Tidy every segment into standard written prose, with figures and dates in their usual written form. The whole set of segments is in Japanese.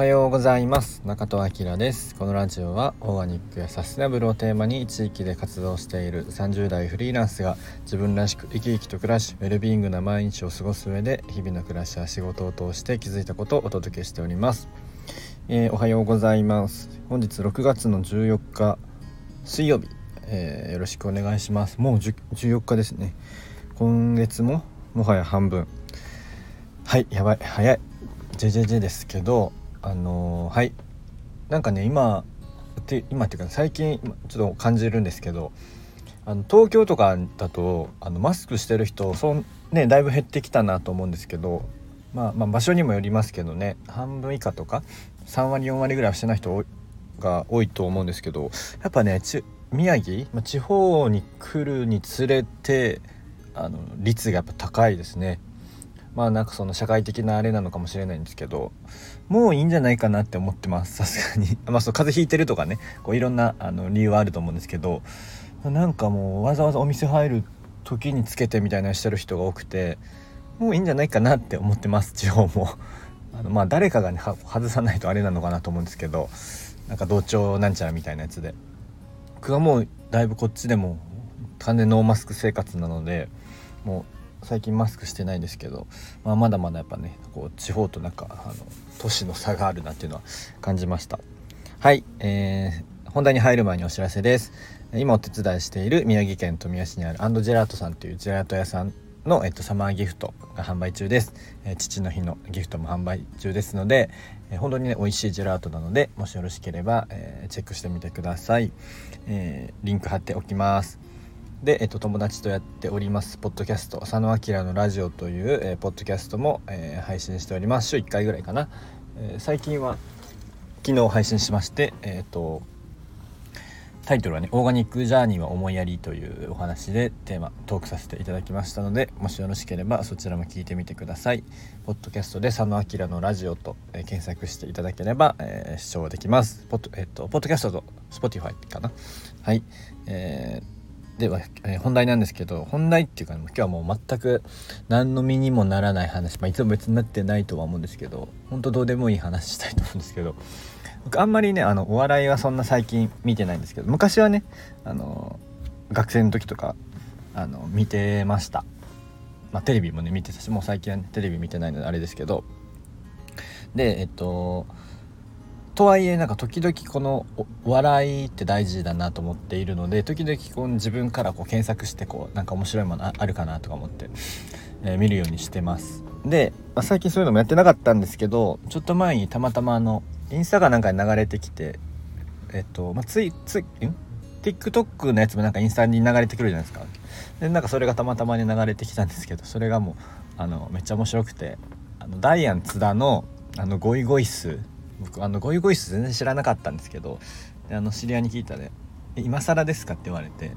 はようございます。中戸明です。このラジオはオーガニックやサステナブルをテーマに地域で活動している30代フリーランスが自分らしく生き生きと暮らし、ウェルビーイングな毎日を過ごす上で日々の暮らしや仕事を通して気づいたことをお届けしております。おはようございます。本日6月の14日水曜日、よろしくお願いします。もう14日ですね。今月ももはや半分。はい、やばい、早い JJJ ですけど、はいなんかね今っていうか最近ちょっと感じるんですけど、東京とかだとマスクしてる人だいぶ減ってきたなと思うんですけど、まあ場所にもよりますけどね、半分以下とか3割4割ぐらいはしてない人が多いと思うんですけど、やっぱね宮城、地方に来るにつれて率がやっぱ高いですね。なんかその社会的なあれなのかもしれないんですけど、もういいんじゃないかなって思ってます。さすがにそう風邪ひいてるとかね、こういろんな理由はあると思うんですけど、なんかもうわざわざお店入る時につけてみたいなしてる人が多くて、もういいんじゃないかなって思ってます。地方も誰かがね外さないとあれなのかなと思うんですけど、なんか同調なんちゃらみたいなやつで、僕はもうだいぶこっちでも完全ノーマスク生活なので、もう最近マスクしてないんですけど、まだまだやっぱねこう地方となんか都市の差があるなっていうのは感じました。はい、本題に入る前にお知らせです。今お手伝いしている宮城県富谷市にあるアンドジェラートさんというジェラート屋さんの、サマーギフトが販売中です。父の日のギフトも販売中ですので、本当にね美味しいジェラートなので、もしよろしければ、チェックしてみてください。リンク貼っておきます。で、友達とやっておりますポッドキャスト、佐野明のラジオという、ポッドキャストも、配信しております。週1回ぐらいかな。最近は昨日配信しまして、タイトルはね、オーガニックジャーニーは思いやりというお話でテーマトークさせていただきましたので、もしよろしければそちらも聞いてみてください。ポッドキャストで佐野明のラジオと、検索していただければ、視聴できます。ポッドキャストと Spotify かな。はい、では、本題なんですけど、本題っていうか、今日はもう全く何の身にもならない話、いつも別になってないとは思うんですけど、本当どうでもいい話したいと思うんですけど、僕あんまりねお笑いはそんな最近見てないんですけど、昔はね学生の時とか見てました。テレビもね見てたし、もう最近はねテレビ見てないのであれですけど、でとはいえなんか時々このお笑いって大事だなと思っているので、時々こう自分からこう検索してなんか面白いものあるかなとか思って、見るようにしてます。で、最近そういうのもやってなかったんですけど、ちょっと前にたまたまインスタがなんかに流れてきて、TikTok のやつもなんかインスタに流れてくるじゃないですか。でなんかそれがたまたまに流れてきたんですけど、それがもうめっちゃ面白くて、ダイアン津田のゴイゴイス、僕ゴイゴイス全然知らなかったんですけど、で知り合いに聞いたら、今更ですかって言われて、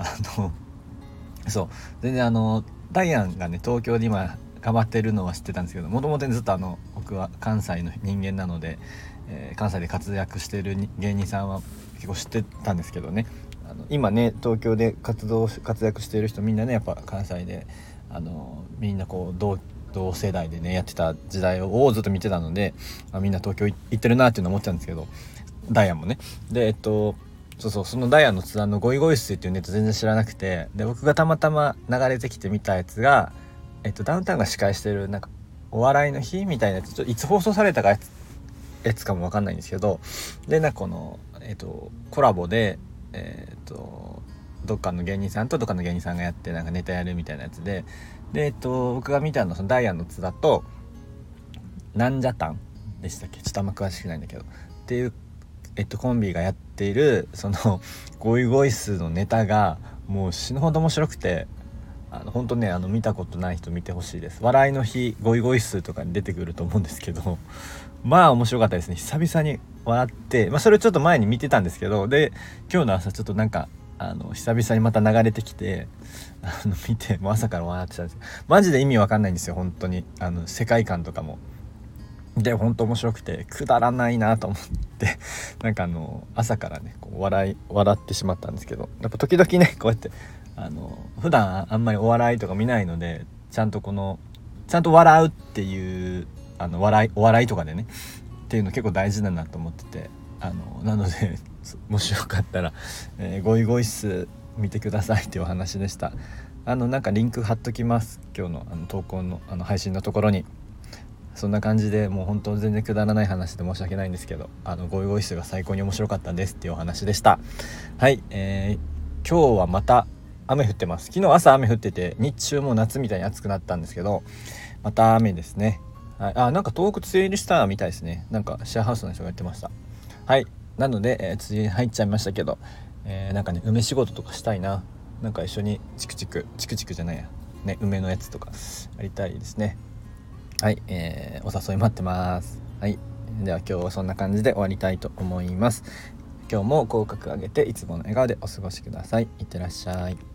そう全然ダイアンがね東京で今頑張ってるのは知ってたんですけど、もともとずっと僕は関西の人間なので、関西で活躍している芸人さんは結構知ってたんですけどね、今ね東京で活躍している人みんなねやっぱ関西でみんなこう同世代でねやってた時代をずっと見てたので、みんな東京行ってるなっていうのを思ってたんですけど、ダイアンもね。でそのダイアンの津田のゴイゴイスーっていうネタ全然知らなくて、で僕がたまたま流れてきて見たやつが、ダウンタウンが司会してるなんかお笑いの日みたいなやつ、ちょっといつ放送されたかやつかも分かんないんですけど、でなんかこの、コラボでどっかの芸人さんとどっかの芸人さんがやってなんかネタやるみたいなやつで、僕が見たのはそのダイアンの津田となんじゃたんでしたっけ、ちょっとあんま詳しくないんだけどっていう、コンビがやっているそのゴイゴイスーのネタがもう死ぬほど面白くて、本当ね見たことない人見てほしいです。笑いの日ゴイゴイスーとかに出てくると思うんですけど、面白かったですね。久々に笑って、それちょっと前に見てたんですけど、で今日の朝ちょっとなんか久々にまた流れてきて見て、もう朝から笑ってたんです。マジで意味わかんないんですよ本当に。世界観とかもで本当面白くてくだらないなと思ってなんか朝からねこう笑ってしまったんですけど、やっぱ時々ねこうやって普段あんまりお笑いとか見ないので、ちゃんと笑うっていうお笑いとかでねっっていうの結構大事だなと思ってて、なのでもしよかったら、ゴイゴイス見てくださいっていうお話でした。なんかリンク貼っときます、今日の投稿の配信のところに。そんな感じでもう本当全然くだらない話で申し訳ないんですけど、ゴイゴイスが最高に面白かったですっていうお話でした。はい、今日はまた雨降ってます。昨日朝雨降ってて、日中も夏みたいに暑くなったんですけど、また雨ですね。はい、なんか東北梅雨入りしたみたいですね。なんかシェアハウスの人が言ってました。はい、なので、梅雨に入っちゃいましたけど、なんかね梅仕事とかしたいな。なんか一緒にチクチクじゃないやね、梅のやつとかやりたいですね。はい、お誘い待ってます。はい、では今日はそんな感じで終わりたいと思います。今日も口角上げていつもの笑顔でお過ごしください。いってらっしゃい。